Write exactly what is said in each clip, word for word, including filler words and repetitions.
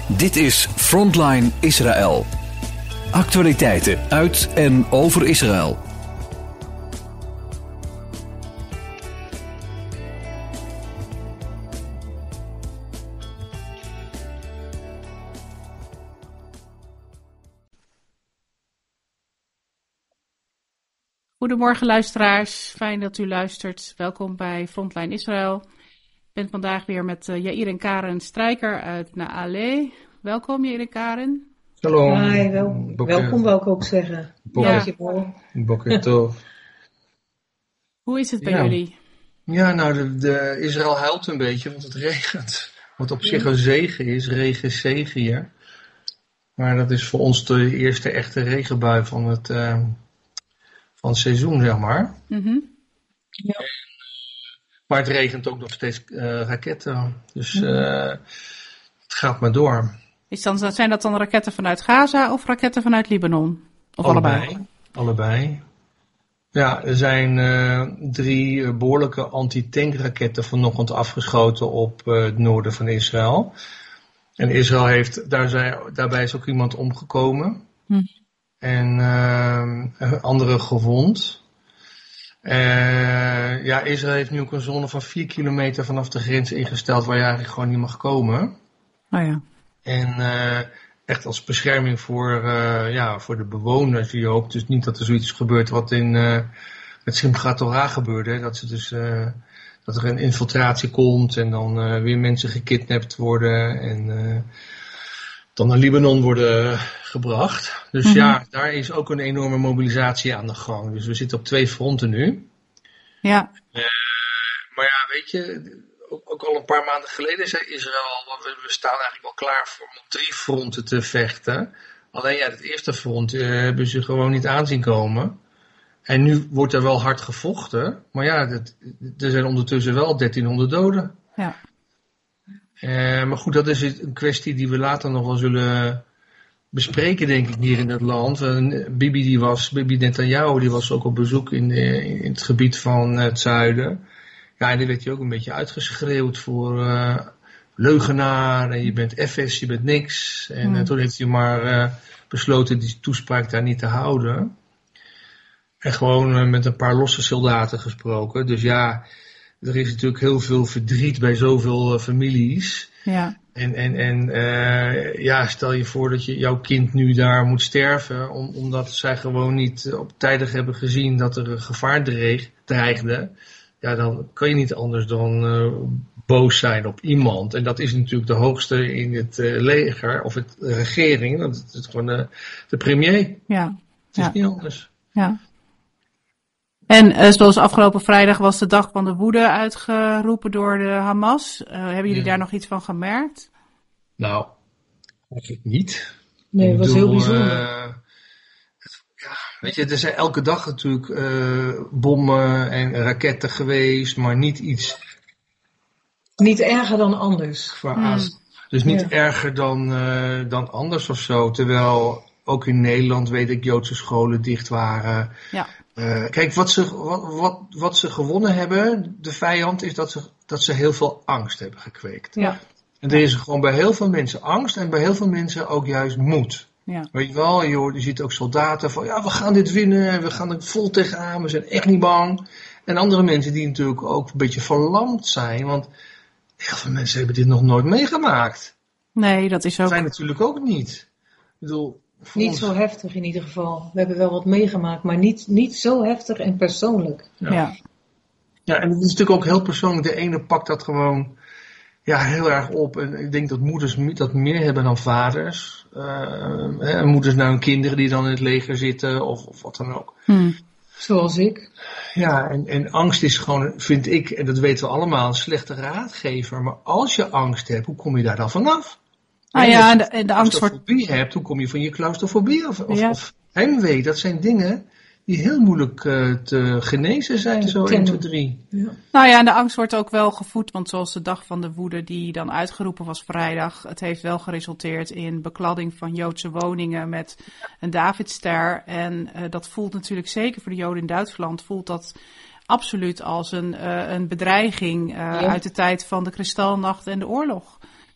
Dit is Frontline Israël. Actualiteiten uit en over Israël. Goedemorgen luisteraars, fijn dat u luistert. Welkom bij Frontline Israël. Ik ben vandaag weer met uh, Yair en Karen Strijker uit Naale. Welkom Yair en Karen. Hallo. Hi, wel, welkom wil ik ook zeggen. Ja. Boker tov. Hoe is het bij ja. jullie? Ja, nou, de, de Israël huilt een beetje, want het regent. Wat op zich een zegen is, regen is zegen hier. Maar dat is voor ons de eerste echte regenbui van het, uh, van het seizoen, zeg maar. Mm-hmm. Ja. En, maar het regent ook nog steeds uh, raketten. Dus uh, het gaat maar door. Is dan, zijn dat dan raketten vanuit Gaza of raketten vanuit Libanon? Of allebei? Allebei. allebei. Ja, er zijn uh, drie uh, behoorlijke anti-tankraketten vanochtend afgeschoten op uh, het noorden van Israël. En Israël heeft, daar zijn, daarbij is ook iemand omgekomen. Hm. En uh, anderen gewond. Uh, ja, Israël heeft nu ook een zone van vier kilometer vanaf de grens ingesteld waar je eigenlijk gewoon niet mag komen. Oh ja. En uh, echt als bescherming voor, uh, ja, voor de bewoners. Je hoopt dus niet dat er zoiets gebeurt wat in, uh, met Simchat Torah gebeurde. Dat, ze dus, uh, dat er een infiltratie komt en dan uh, weer mensen gekidnapt worden en uh, dan naar Libanon worden gebracht. Dus mm-hmm. ja, daar is ook een enorme mobilisatie aan de gang. Dus we zitten op twee fronten nu. Ja. Uh, maar ja, weet je, ook, ook al een paar maanden geleden zei Israël, we, we staan eigenlijk wel klaar voor om op drie fronten te vechten. Alleen ja, het eerste front uh, hebben ze gewoon niet aanzien komen. En nu wordt er wel hard gevochten. Maar ja, dat, er zijn ondertussen wel dertienhonderd doden. Ja. Uh, maar goed, dat is een kwestie die we later nog wel zullen bespreken, denk ik, hier in het land. Uh, Bibi, die was, Bibi Netanyahu, die was ook op bezoek in, uh, in het gebied van uh, het zuiden. Ja, en die werd je ook een beetje uitgeschreeuwd voor uh, leugenaar. En je bent F S, je bent niks. En mm. uh, toen heeft hij maar uh, besloten die toespraak daar niet te houden. En gewoon uh, met een paar losse soldaten gesproken. Dus ja, er is natuurlijk heel veel verdriet bij zoveel uh, families. Ja. En, en, en uh, ja, stel je voor dat je jouw kind nu daar moet sterven. Om, omdat zij gewoon niet uh, op tijdig hebben gezien dat er een gevaar dreig, dreigde. Ja, dan kan je niet anders dan uh, boos zijn op iemand. En dat is natuurlijk de hoogste in het uh, leger of het uh, regering. Dat is gewoon uh, de premier. Ja. Het is ja. niet anders. Ja. En uh, zoals afgelopen vrijdag was de dag van de woede uitgeroepen door de Hamas. Uh, hebben jullie ja. daar nog iets van gemerkt? Nou, eigenlijk niet. Nee, het was bedoel, heel bijzonder. Uh, ja, weet je, er zijn elke dag natuurlijk uh, bommen en raketten geweest, maar niet iets... Niet erger dan anders. Hmm. Dus niet ja. erger dan, uh, dan anders of zo. Terwijl ook in Nederland, weet ik, Joodse scholen dicht waren. Ja. Uh, kijk, wat ze, wat, wat, wat ze gewonnen hebben, de vijand, is dat ze, dat ze heel veel angst hebben gekweekt. Ja. En er is gewoon bij heel veel mensen angst en bij heel veel mensen ook juist moed. Ja. Weet je wel, je, hoort, je ziet ook soldaten van, ja, we gaan dit winnen, we gaan er vol tegenaan, we zijn echt niet bang. En andere mensen die natuurlijk ook een beetje verlamd zijn, want heel veel mensen hebben dit nog nooit meegemaakt. Nee, dat is ook... Wij natuurlijk ook niet. Ik bedoel... Niet ons... zo heftig in ieder geval. We hebben wel wat meegemaakt, maar niet, niet zo heftig en persoonlijk. Ja. Ja. ja, en het is natuurlijk ook heel persoonlijk. De ene pakt dat gewoon ja, heel erg op. En ik denk dat moeders dat meer hebben dan vaders. Uh, hè, moeders naar hun kinderen die dan in het leger zitten of, of wat dan ook. Hmm. Zoals ik. Ja, en, en angst is gewoon, vind ik, en dat weten we allemaal, een slechte raadgever. Maar als je angst hebt, hoe kom je daar dan vanaf? Ah ja, en de, en de angst wordt... Als je claustrofobie hebt, hoe kom je van je claustrofobie af? Of, ja. of heimwee, dat zijn dingen die heel moeilijk uh, te genezen zijn, te zo één, twee, drie. Ja. Nou ja, en de angst wordt ook wel gevoed, want zoals de dag van de woede die dan uitgeroepen was vrijdag, het heeft wel geresulteerd in bekladding van Joodse woningen met een Davidster. En uh, dat voelt natuurlijk zeker voor de Joden in Duitsland, voelt dat absoluut als een, uh, een bedreiging uh, ja. uit de tijd van de Kristalnacht en de oorlog.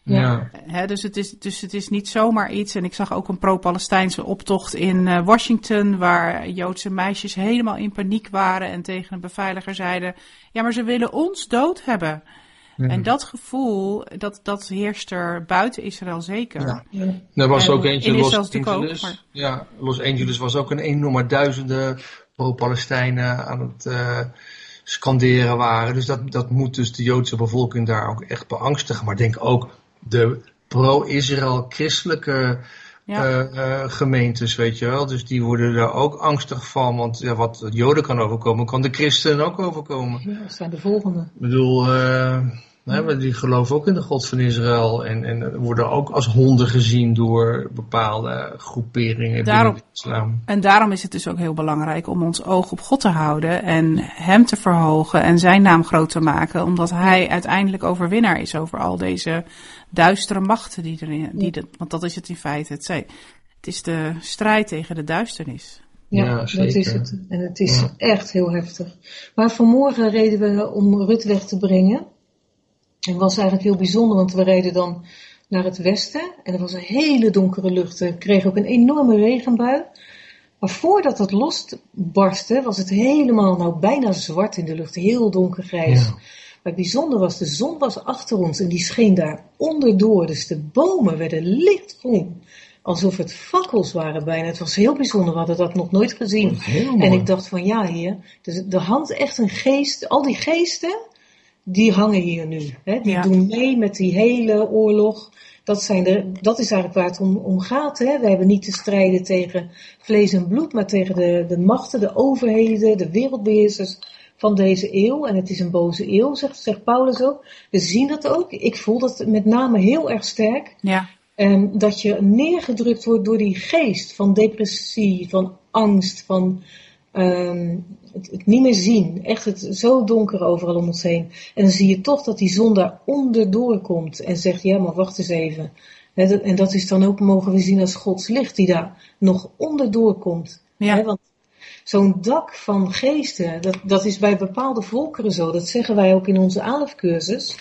Ja. He, dus, het is, dus het is niet zomaar iets. En ik zag ook een pro-Palestijnse optocht in uh, Washington, waar Joodse meisjes helemaal in paniek waren en tegen een beveiliger zeiden, ja, maar ze willen ons dood hebben. Ja. En dat gevoel, dat, dat heerst er buiten Israël zeker. Ja. Ja. Er was en ook eentje in Los Angeles. Ook, maar... Ja, Los Angeles was ook een enorme duizenden pro-Palestijnen aan het uh, scanderen waren. Dus dat, dat moet dus de Joodse bevolking daar ook echt beangstigen. Maar ik denk ook de pro-Israël christelijke ja. uh, uh, gemeentes, weet je wel. Dus die worden daar ook angstig van. Want ja, wat de Joden kan overkomen, kan de christenen ook overkomen. Ja, dat zijn de volgende. Ik bedoel, uh, nee, die geloven ook in de God van Israël. En, en worden ook als honden gezien door bepaalde groeperingen daarom, binnen de islam. En daarom is het dus ook heel belangrijk om ons oog op God te houden. En hem te verhogen en zijn naam groot te maken. Omdat hij uiteindelijk overwinnaar is over al deze duistere machten die erin. Die de, want dat is het in feite. Het, het is de strijd tegen de duisternis. Ja, ja dat is het. En het is ja. echt heel heftig. Maar vanmorgen reden we om Rut weg te brengen. Het was eigenlijk heel bijzonder, want we reden dan naar het westen. En er was een hele donkere lucht. We kregen ook een enorme regenbui. Maar voordat het losbarstte, was het helemaal nou bijna zwart in de lucht. Heel donkergrijs. Ja. Maar het bijzonder was, de zon was achter ons en die scheen daar onderdoor. Dus de bomen werden lichtgroen. Alsof het fakkels waren bijna. Het was heel bijzonder, we hadden dat nog nooit gezien. En ik dacht van ja, heer, dus er hangt echt een geest. Al die geesten, die hangen hier nu. Hè? Die ja. doen mee met die hele oorlog. Dat, zijn de, dat is eigenlijk waar het om, om gaat. Hè? We hebben niet te strijden tegen vlees en bloed, maar tegen de, de machten, de overheden, de wereldbeheersers van deze eeuw. En het is een boze eeuw, zegt, zegt Paulus ook. We zien dat ook. Ik voel dat met name heel erg sterk. Ja. En dat je neergedrukt wordt door die geest van depressie, van angst, van um, het, het niet meer zien. Echt het zo donker overal om ons heen. En dan zie je toch dat die zon daar onderdoor komt en zegt, ja maar wacht eens even. En dat is dan ook, mogen we zien als Gods licht die daar nog onderdoor komt. Ja. Want zo'n dak van geesten, dat, dat is bij bepaalde volkeren zo. Dat zeggen wij ook in onze Alef-cursus.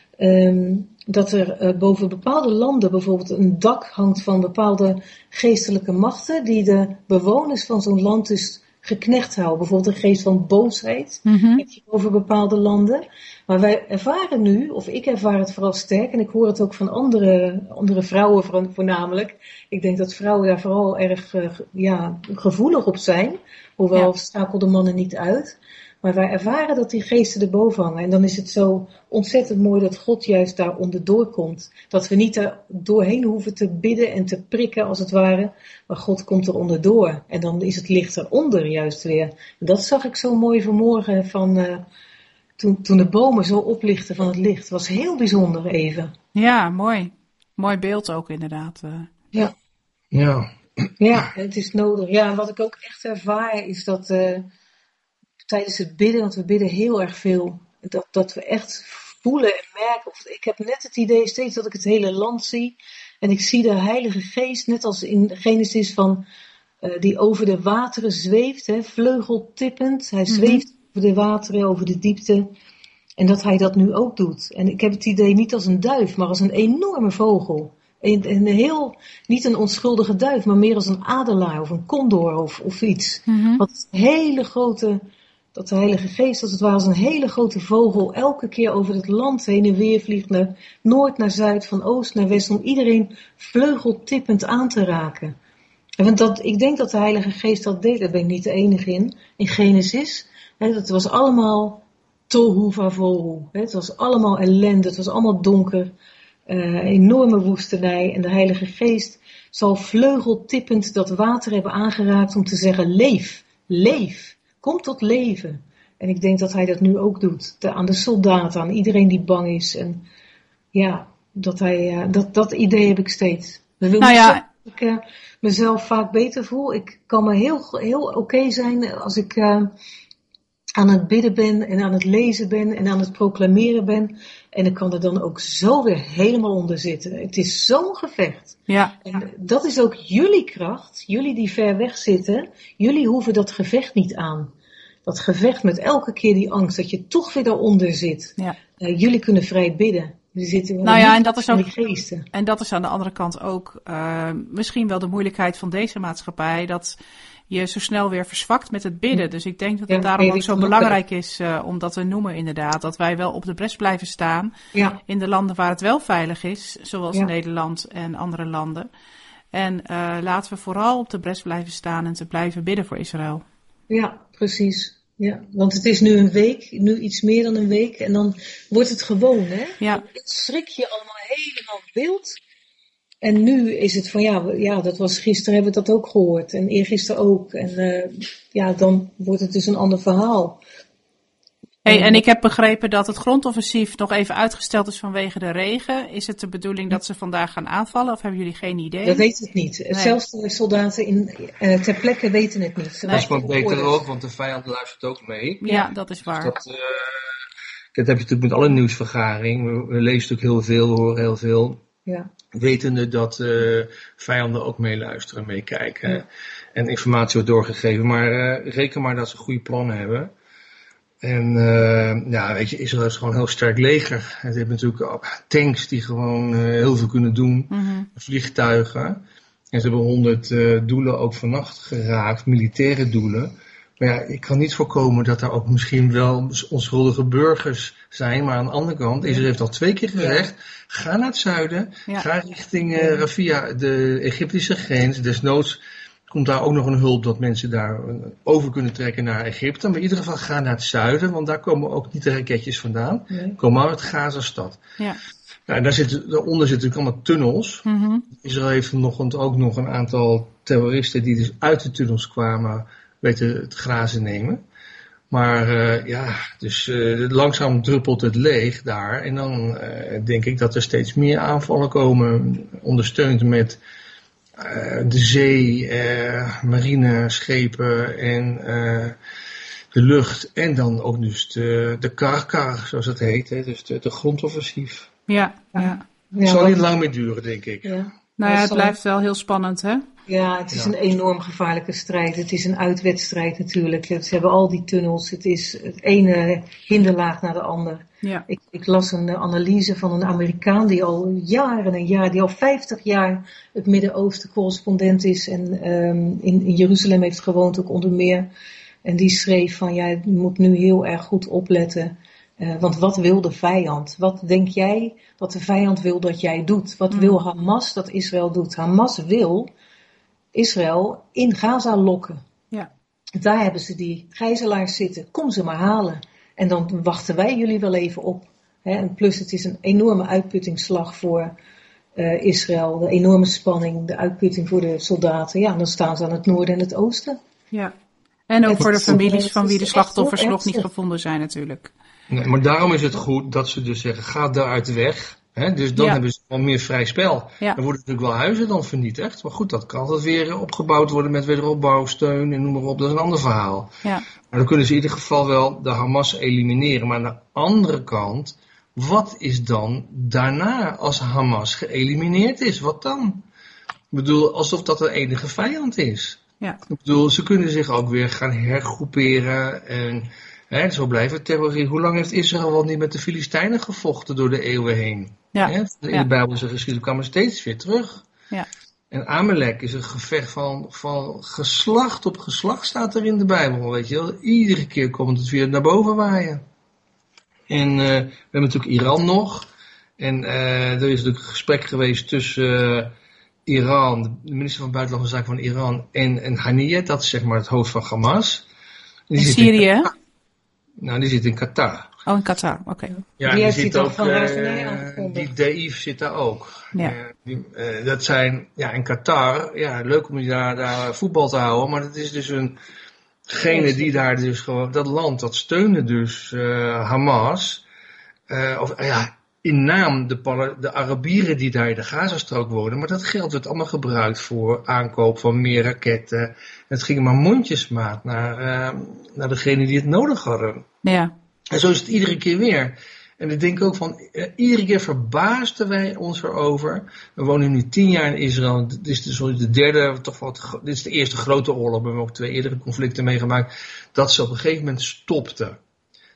Um, dat er uh, boven bepaalde landen bijvoorbeeld een dak hangt van bepaalde geestelijke machten die de bewoners van zo'n land dus geknecht houden. Bijvoorbeeld een geest van boosheid mm-hmm. heb je over bepaalde landen. Maar wij ervaren nu, of ik ervaar het vooral sterk, en ik hoor het ook van andere, andere vrouwen voornamelijk. Ik denk dat vrouwen daar vooral erg uh, ja, gevoelig op zijn, hoewel ja. schakel de mannen niet uit. Maar wij ervaren dat die geesten erboven hangen. En dan is het zo ontzettend mooi dat God juist daar onderdoor komt. Dat we niet er doorheen hoeven te bidden en te prikken als het ware. Maar God komt er onderdoor. En dan is het licht eronder juist weer. En dat zag ik zo mooi vanmorgen van, uh, toen, toen de bomen zo oplichten van het licht. Het was heel bijzonder even. Ja, mooi. Mooi beeld ook inderdaad. Uh. Ja. Ja. Ja, het is nodig. Ja, en wat ik ook echt ervaar is dat Uh, tijdens het bidden, want we bidden heel erg veel, dat, dat we echt voelen en merken. Of, ik heb net het idee steeds dat ik het hele land zie. En ik zie de Heilige Geest, net als in Genesis, van, uh, die over de wateren zweeft, hè, vleugeltippend. Hij zweeft mm-hmm. over de wateren, over de diepte. En dat hij dat nu ook doet. En ik heb het idee niet als een duif, maar als een enorme vogel. Een, een heel, niet een onschuldige duif, maar meer als een adelaar of een condor of, of iets. Mm-hmm. Wat een hele grote, dat de Heilige Geest als het ware als een hele grote vogel elke keer over het land heen en weer vliegt, naar noord, naar zuid, van oost naar west, om iedereen vleugeltippend aan te raken. En want dat, ik denk dat de Heilige Geest dat deed, daar ben ik niet de enige in, in Genesis. Hè, dat was allemaal tohu vavohu. Hè, het was allemaal ellende, het was allemaal donker. Uh, enorme woestenij. En de Heilige Geest zal vleugeltippend dat water hebben aangeraakt om te zeggen, leef, leef, kom tot leven. En ik denk dat hij dat nu ook doet. De, aan de soldaten, aan iedereen die bang is. En ja, dat, hij, uh, dat, dat idee heb ik steeds. Dat wil nou ja. zeggen dat ik uh, mezelf vaak beter voel. Ik kan me heel, heel oké okay zijn als ik Uh, aan het bidden ben en aan het lezen ben en aan het proclameren ben. En ik kan er dan ook zo weer helemaal onder zitten. Het is zo'n gevecht. Ja. En dat is ook jullie kracht. Jullie die ver weg zitten. Jullie hoeven dat gevecht niet aan. Dat gevecht met elke keer die angst dat je toch weer daaronder zit. Ja. Uh, jullie kunnen vrij bidden. Die zitten nou ja, en dat is ook, die geesten. En dat is aan de andere kant ook uh, misschien wel de moeilijkheid van deze maatschappij. Dat je zo snel weer verzwakt met het bidden. Dus ik denk dat het ja, daarom ook zo belangrijk is uh, om dat te noemen inderdaad. Dat wij wel op de bres blijven staan ja. in de landen waar het wel veilig is. Zoals ja. Nederland en andere landen. En uh, laten we vooral op de bres blijven staan en te blijven bidden voor Israël. Ja, precies. Ja, want het is nu een week, nu iets meer dan een week. En dan wordt het gewoon, hè? Ja. Dan schrik je allemaal helemaal wild. En nu is het van, ja, ja, dat was gisteren hebben we dat ook gehoord. En eergisteren ook. En uh, ja, dan wordt het dus een ander verhaal. Hey, en ik heb begrepen dat het grondoffensief nog even uitgesteld is vanwege de regen. Is het de bedoeling dat ze vandaag gaan aanvallen of hebben jullie geen idee? Dat weet het niet. Nee. Zelfs de soldaten in, uh, ter plekke weten het niet. Dat is wat beter ook, want de vijand luistert ook mee. Ja, dat is waar. Dus dat, uh, dat heb je natuurlijk met alle nieuwsvergaring. We, we lezen natuurlijk heel veel, we horen heel veel. Ja. Wetende dat uh, vijanden ook meeluisteren, meekijken. Ja. En informatie wordt doorgegeven. Maar uh, reken maar dat ze goede plannen hebben. En uh, ja, weet je, Israël is gewoon een heel sterk leger. Het heeft natuurlijk tanks die gewoon uh, heel veel kunnen doen. Mm-hmm. Vliegtuigen. En ze hebben honderd uh, doelen ook vannacht geraakt, militaire doelen. Maar ja, ik kan niet voorkomen dat er ook misschien wel onschuldige burgers zijn. Maar aan de andere kant, Israël heeft al twee keer gezegd, ja. ga naar het zuiden. Ja. Ga richting uh, Rafia, de Egyptische grens. Desnoods komt daar ook nog een hulp dat mensen daar over kunnen trekken naar Egypte. Maar in ieder geval ga naar het zuiden, want daar komen ook niet de raketjes vandaan. Nee. Komen uit Gazastad. Ja. Nou, daar zit, daaronder zitten natuurlijk allemaal tunnels. Mm-hmm. Israël heeft nog, ook nog een aantal terroristen die dus uit de tunnels kwamen weten het grazen nemen. Maar uh, ja, dus uh, langzaam druppelt het leeg daar. En dan uh, denk ik dat er steeds meer aanvallen komen, ondersteund met uh, de zee, uh, marineschepen en uh, de lucht. En dan ook dus de, de karkar, zoals het heet, hè, dus de, de grondoffensief. Ja, ja. Het zal niet lang meer duren, denk ik. Ja. Nou ja, het blijft wel heel spannend, hè? Ja, het is Ja. een enorm gevaarlijke strijd. Het is een uitwedstrijd natuurlijk. Ze hebben al die tunnels. Het is het ene hinderlaag naar de ander. Ja. Ik, ik las een analyse van een Amerikaan die al jaren en jaren, die al vijftig jaar het Midden-Oosten correspondent is en um, in, in Jeruzalem heeft gewoond, ook onder meer. En die schreef van, ja, je moet nu heel erg goed opletten. Uh, want wat wil de vijand? Wat denk jij wat de vijand wil dat jij doet? Wat mm. wil Hamas dat Israël doet? Hamas wil Israël in Gaza lokken. Ja. Daar hebben ze die gijzelaars zitten. Kom ze maar halen. En dan wachten wij jullie wel even op. Hè? En plus het is een enorme uitputtingsslag voor uh, Israël. De enorme spanning, de uitputting voor de soldaten. Ja, dan staan ze aan het noorden en het oosten. Ja. En ook het voor de is, families van wie de echt slachtoffers heel nog niet ernstig. gevonden zijn natuurlijk. Nee, maar daarom is het goed dat ze dus zeggen, ga daaruit weg. Hè? Dus dan Ja. hebben ze wel meer vrij spel. Ja. Dan worden natuurlijk wel huizen dan vernietigd. Maar goed, dat kan altijd weer opgebouwd worden met wederopbouwsteun en noem maar op. Dat is een ander verhaal. Ja. Maar dan kunnen ze in ieder geval wel de Hamas elimineren. Maar aan de andere kant, wat is dan daarna als Hamas geëlimineerd is? Wat dan? Ik bedoel, alsof dat de enige vijand is. Ja. Ik bedoel, ze kunnen zich ook weer gaan hergroeperen en hè, zo blijven terroriseren. Hoe lang heeft Israël wel niet met de Filistijnen gevochten door de eeuwen heen? Ja. Hè? In Ja. de Bijbelse geschiedenis kwamen steeds weer terug. Ja. En Amalek is een gevecht van, van geslacht op geslacht, staat er in de Bijbel. Weet je wel. Iedere keer komt het weer naar boven waaien. En uh, we hebben natuurlijk Iran nog. En uh, er is natuurlijk een gesprek geweest tussen uh, Iran, de minister van Buitenlandse Zaken van Iran, en, en Haniyeh, dat is zeg maar het hoofd van Hamas. Die In zit Syrië, in hè? Qatar. Nou, die zit in Qatar. Oh, in Qatar, oké. Okay. Ja, Die heeft zit hij toch ook, van uh, razernij aangekondigd. die Daif zit daar ook. Ja. Uh, die, uh, dat zijn, ja, in Qatar, ja, leuk om daar, daar voetbal te houden, maar dat is dus een, degene die daar dus gewoon, dat land, dat steunde dus uh, Hamas, uh, of uh, ja, in naam de, de Arabieren die daar in de Gazastrook wonen, maar dat geld werd allemaal gebruikt voor aankoop van meer raketten. Het ging maar mondjesmaat naar, uh, naar degene die het nodig hadden. Ja. En zo is het iedere keer weer. En ik denk ook van, uh, iedere keer verbaasden wij ons erover. We wonen nu tien jaar in Israël. Dit is dus de derde, toch wel, dit is de eerste grote oorlog. We hebben ook twee eerdere conflicten meegemaakt. Dat ze op een gegeven moment stopten.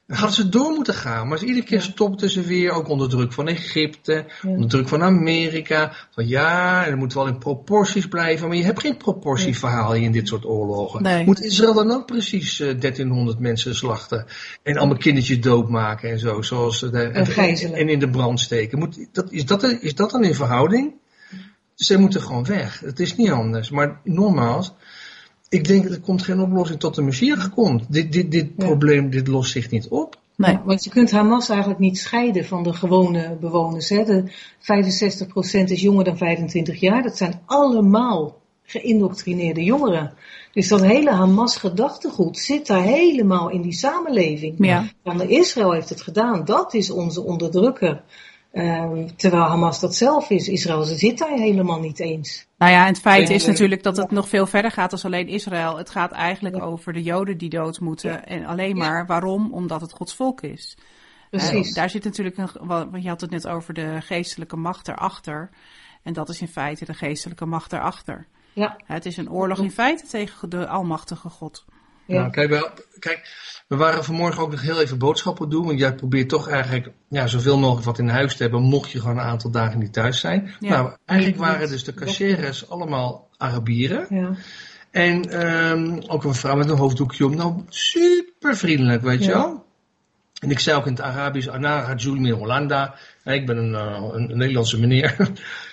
Dan hadden ze door moeten gaan. Maar iedere keer stopten ze weer, ook onder druk van Egypte, Ja. onder druk van Amerika. Van ja, er moet wel in proporties blijven. Maar je hebt geen proportieverhaal in dit soort oorlogen. Nee. Moet Israël dan ook precies uh, dertienhonderd mensen slachten? En allemaal kindertjes doodmaken en zo. Zoals de, En gijzelen. en in de brand steken. Moet, dat, is, dat, is dat dan in verhouding? Ze moeten gewoon weg. Het is niet anders. Maar nogmaals, ik denk dat er komt geen oplossing tot de Messias komt. Dit, dit, dit Ja. probleem, dit lost zich niet op. Nee. Ja, want je kunt Hamas eigenlijk niet scheiden van de gewone bewoners. Hè. De vijfenzestig procent is jonger dan vijfentwintig jaar. Dat zijn allemaal geïndoctrineerde jongeren. Dus dat hele Hamas-gedachtegoed zit daar helemaal in die samenleving. Ja. Want Israël heeft het gedaan. Dat is onze onderdrukker. Um, terwijl Hamas dat zelf is. Israël zit daar helemaal niet eens. Nou ja, en het feit is Ja. natuurlijk dat het nog veel verder gaat dan alleen Israël. Het gaat eigenlijk over de Joden die dood moeten. Ja. En alleen maar, waarom? Omdat het Gods volk is. Precies. Uh, daar zit natuurlijk, een, want je had het net over de geestelijke macht erachter. En dat is in feite de geestelijke macht erachter. Ja. Het is een oorlog in feite tegen de almachtige God. Ja. Nou, kijk, wel, kijk, we waren vanmorgen ook nog heel even boodschappen doen. Want jij probeert toch eigenlijk ja, zoveel mogelijk wat in huis te hebben. Mocht je gewoon een aantal dagen niet thuis zijn. Ja. Nou, eigenlijk waren dus de cashiers allemaal Arabieren. Ja. En um, ook een vrouw met een hoofddoekje om. Nou, super vriendelijk, weet je Ja. wel. En ik zei ook in het Arabisch, Ana Rajul min Hollanda. Ik ben een, uh, een, een Nederlandse meneer.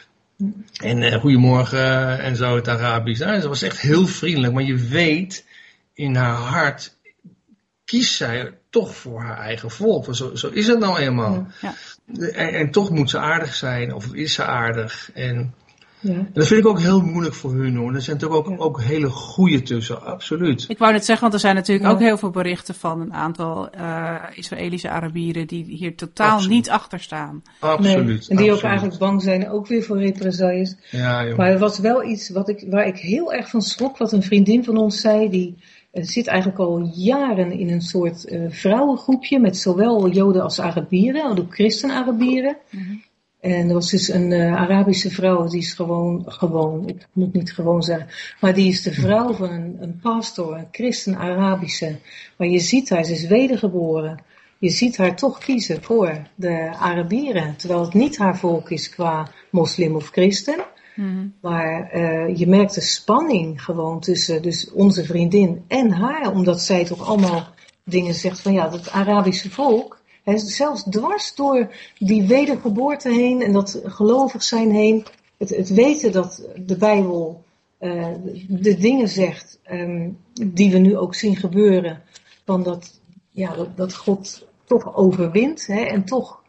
En uh, goedemorgen uh, en zo in het Arabisch. Nou, ze was echt heel vriendelijk. Maar je weet, in haar hart kiest zij toch voor haar eigen volk. Zo, zo is het nou eenmaal. Ja. Ja. En, en toch moet ze aardig zijn, of is ze aardig. En, Ja. en dat vind ik ook heel moeilijk voor hun hoor. Er zijn natuurlijk ook, Ja. ook hele goede tussen, absoluut. Ik wou net zeggen, want er zijn natuurlijk Ja. ook heel veel berichten van een aantal uh, Israëlische Arabieren die hier totaal Absoluut. niet achter staan. Absoluut. Nee. En die ook absoluut. eigenlijk bang zijn, ook weer voor represailles. Ja, joh. Maar er was wel iets wat ik, waar ik heel erg van schrok, wat een vriendin van ons zei. Die uh, zit eigenlijk al jaren in een soort uh, vrouwengroepje met zowel Joden als Arabieren, ook christen-Arabieren. Mm-hmm. En er was dus een uh, Arabische vrouw, die is gewoon, gewoon, ik moet niet gewoon zeggen, maar die is de vrouw van een, een pastor, een christen-Arabische. Maar je ziet haar, ze is wedergeboren. Je ziet haar toch kiezen voor de Arabieren, terwijl het niet haar volk is qua moslim of christen. Mm-hmm. Maar uh, je merkt de spanning gewoon tussen dus onze vriendin en haar, omdat zij toch allemaal dingen zegt van ja, het Arabische volk, he, zelfs dwars door die wedergeboorte heen en dat gelovig zijn heen, het, het weten dat de Bijbel uh, de dingen zegt um, die we nu ook zien gebeuren, van dat, ja, dat, dat God toch overwint hè, en toch...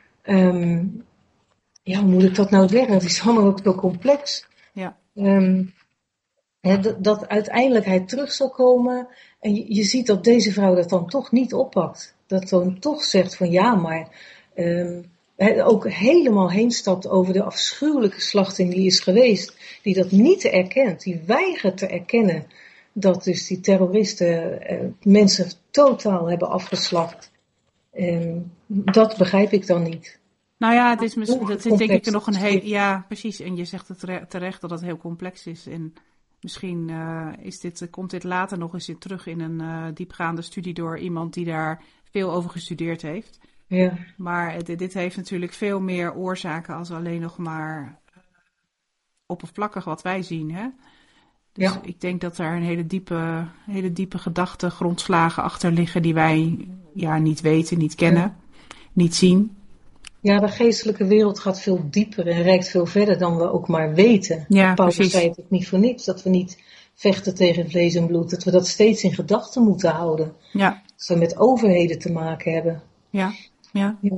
Um, Ja, hoe moet ik dat nou zeggen? Het is allemaal ook zo complex. Ja. Um, hè, dat, dat uiteindelijk hij terug zal komen. En je, je ziet dat deze vrouw dat dan toch niet oppakt. Dat dan toch zegt van ja, maar um, he, ook helemaal heen stapt over de afschuwelijke slachting die is geweest. Die dat niet erkent. Die weigert te erkennen dat dus die terroristen uh, mensen totaal hebben afgeslacht. Um, dat begrijp ik dan niet. Nou ja, het is misschien, dat is denk ik Complex. nog een heel, ja precies, en je zegt het terecht dat het heel complex is en misschien uh, is dit, komt dit later nog eens terug in een uh, diepgaande studie door iemand die daar veel over gestudeerd heeft. Ja. Maar dit, dit heeft natuurlijk veel meer oorzaken als alleen nog maar oppervlakkig wat wij zien, hè. Dus Ja. ik denk dat daar een hele diepe, hele diepe gedachten, grondslagen achter liggen die wij ja, niet weten, niet kennen, ja. niet zien. Ja, de geestelijke wereld gaat veel dieper en reikt veel verder dan we ook maar weten. Ja, Paulus precies. zei het ook niet voor niks, dat we niet vechten tegen vlees en bloed. Dat we dat steeds in gedachten moeten houden. Ja, Als we met overheden te maken hebben. ja, ja. Ja. Oké,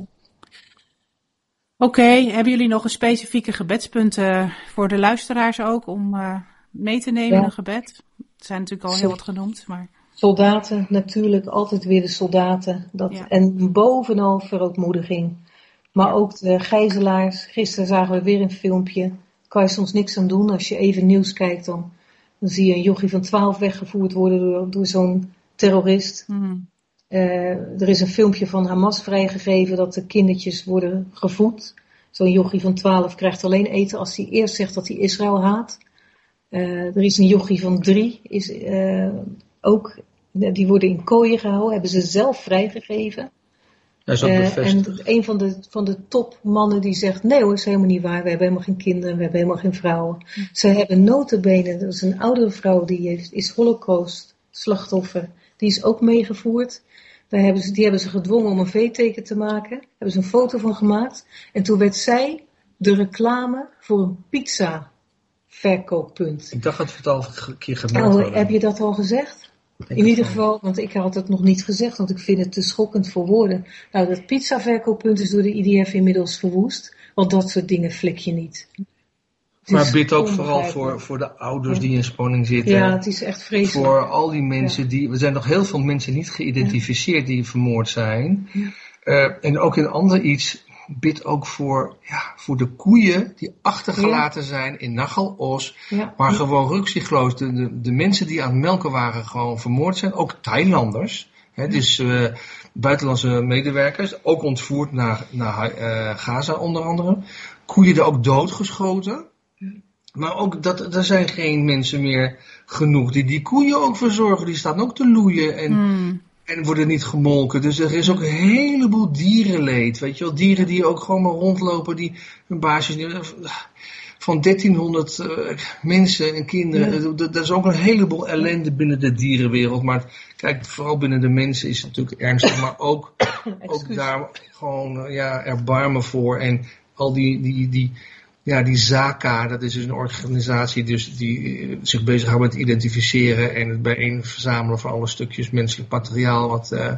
okay, hebben jullie nog een specifieke gebedspunten voor de luisteraars ook om uh, mee te nemen, Ja. een gebed? Er zijn natuurlijk al heel wat genoemd, maar... Soldaten, natuurlijk altijd weer de soldaten. Dat, Ja. En bovenal verootmoediging. Maar ook de gijzelaars. Gisteren zagen we weer een filmpje. Kan je soms niks aan doen. Als je even nieuws kijkt, dan, dan zie je een jochie van twaalf weggevoerd worden door, door zo'n terrorist. Mm. Uh, er is een filmpje van Hamas vrijgegeven dat de kindertjes worden gevoed. Zo'n jochie van twaalf krijgt alleen eten als hij eerst zegt dat hij Israël haat. Uh, er is een jochie van drie, is uh, ook Die worden in kooien gehouden, hebben ze zelf vrijgegeven. Hij is ook Uh, bevestigd. en een van de, van de topmannen die zegt, nee hoor, dat is helemaal niet waar. We hebben helemaal geen kinderen, we hebben helemaal geen vrouwen. Hm. Ze hebben nota bene, dat is een oudere vrouw, die heeft, is Holocaust slachtoffer. Die is ook meegevoerd. Daar hebben ze, die hebben ze gedwongen om een V-teken te maken. Daar hebben ze een foto van gemaakt. En toen werd zij de reclame voor een pizza verkooppunt. Ik dacht dat we het al een keer gemeld oh, hadden. Heb je dat al gezegd? In ieder geval, want ik had het nog niet gezegd, want ik vind het te schokkend voor woorden. Nou, dat pizzaverkooppunt is door de I D F inmiddels verwoest, want dat soort dingen flik je niet. Maar bid ook vooral voor, voor de ouders ja. die in spanning zitten. Ja, het is echt vreselijk. Voor al die mensen ja. die... Er zijn nog heel veel mensen niet geïdentificeerd ja. die vermoord zijn. Ja. Uh, en ook in ander iets... Bid ook voor, ja, voor de koeien die achtergelaten ja. zijn in Nagal-Os. Ja. Maar gewoon rukzichtloos. De, de, de mensen die aan het melken waren gewoon vermoord zijn. Ook Thailanders. Hè, ja. Dus uh, buitenlandse medewerkers. Ook ontvoerd naar, naar uh, Gaza onder andere. Koeien er ook doodgeschoten. Ja. Maar ook dat, er zijn geen mensen meer genoeg die die koeien ook verzorgen. Die staan ook te loeien en... Mm. En worden niet gemolken. Dus er is ook een heleboel dierenleed. Weet je wel, dieren die ook gewoon maar rondlopen. Die hun baasjes... Van dertienhonderd uh, mensen en kinderen. Ja. Dat, dat is ook een heleboel ellende binnen de dierenwereld. Maar kijk, vooral binnen de mensen is het natuurlijk ernstig. Maar ook, ook daar gewoon uh, ja, erbarmen voor. En al die... die, die Ja, die Zaka, dat is dus een organisatie dus die uh, zich bezighoudt met identificeren en het bijeen verzamelen van alle stukjes menselijk materiaal wat uh,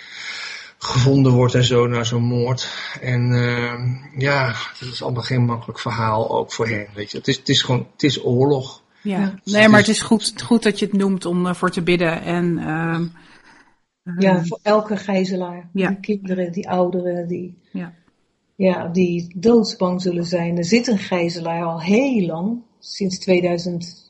gevonden wordt en zo na zo'n moord. En uh, ja, dat is allemaal geen makkelijk verhaal ook voor hen, weet je. Het is, het is gewoon, het is oorlog. Ja, dus nee, het maar is, het is goed, goed dat je het noemt om uh, voor te bidden en... Uh, uh, ja, voor elke gijzelaar. Ja. Die kinderen, die ouderen, die... Ja. Ja, die doodsbang zullen zijn. Er zit een gijzelaar al heel lang, sinds twintig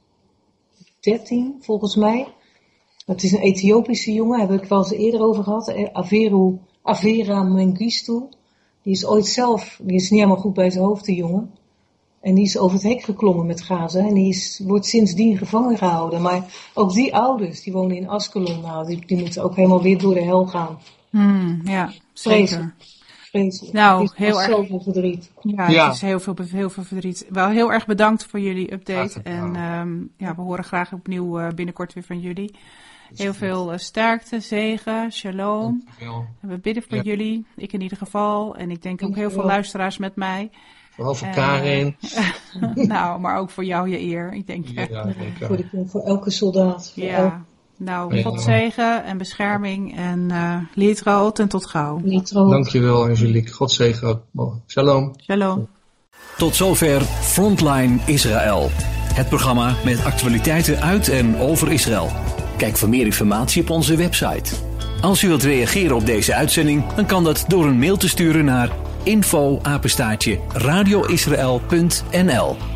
dertien volgens mij. Dat is een Ethiopische jongen, daar heb ik wel eens eerder over gehad. Averu, Avera Mengistu. Die is ooit zelf, die is niet helemaal goed bij zijn hoofd, de jongen. En die is over het hek geklommen met Gaza. En die is, wordt sindsdien gevangen gehouden. Maar ook die ouders, die wonen in Askelon, nou, die, die moeten ook helemaal weer door de hel gaan. Hmm, ja, zeker. Vreselijk. Nou, het is heel erg zoveel verdriet. Ja, ja, het is heel veel, heel veel verdriet. Wel heel erg bedankt voor jullie update. En um, ja, we horen graag opnieuw uh, binnenkort weer van jullie. Heel veel uh, sterkte, zegen, shalom. En we bidden voor ja. jullie. Ik in ieder geval. En ik denk ook heel veel luisteraars met mij. Vooral voor uh, Karin. nou, maar ook voor jou je eer. Ik denk. Ja, ja, ja, voor, de, voor elke soldaat. Voor ja. elke... Nou, God zegen en bescherming en uh, lietrood en tot gauw. Lietrood. Dankjewel Angelique. God zegen ook. Shalom. Shalom. Tot zover Frontline Israël. Het programma met actualiteiten uit en over Israël. Kijk voor meer informatie op onze website. Als u wilt reageren op deze uitzending, dan kan dat door een mail te sturen naar info apenstaartje radioisrael punt n l.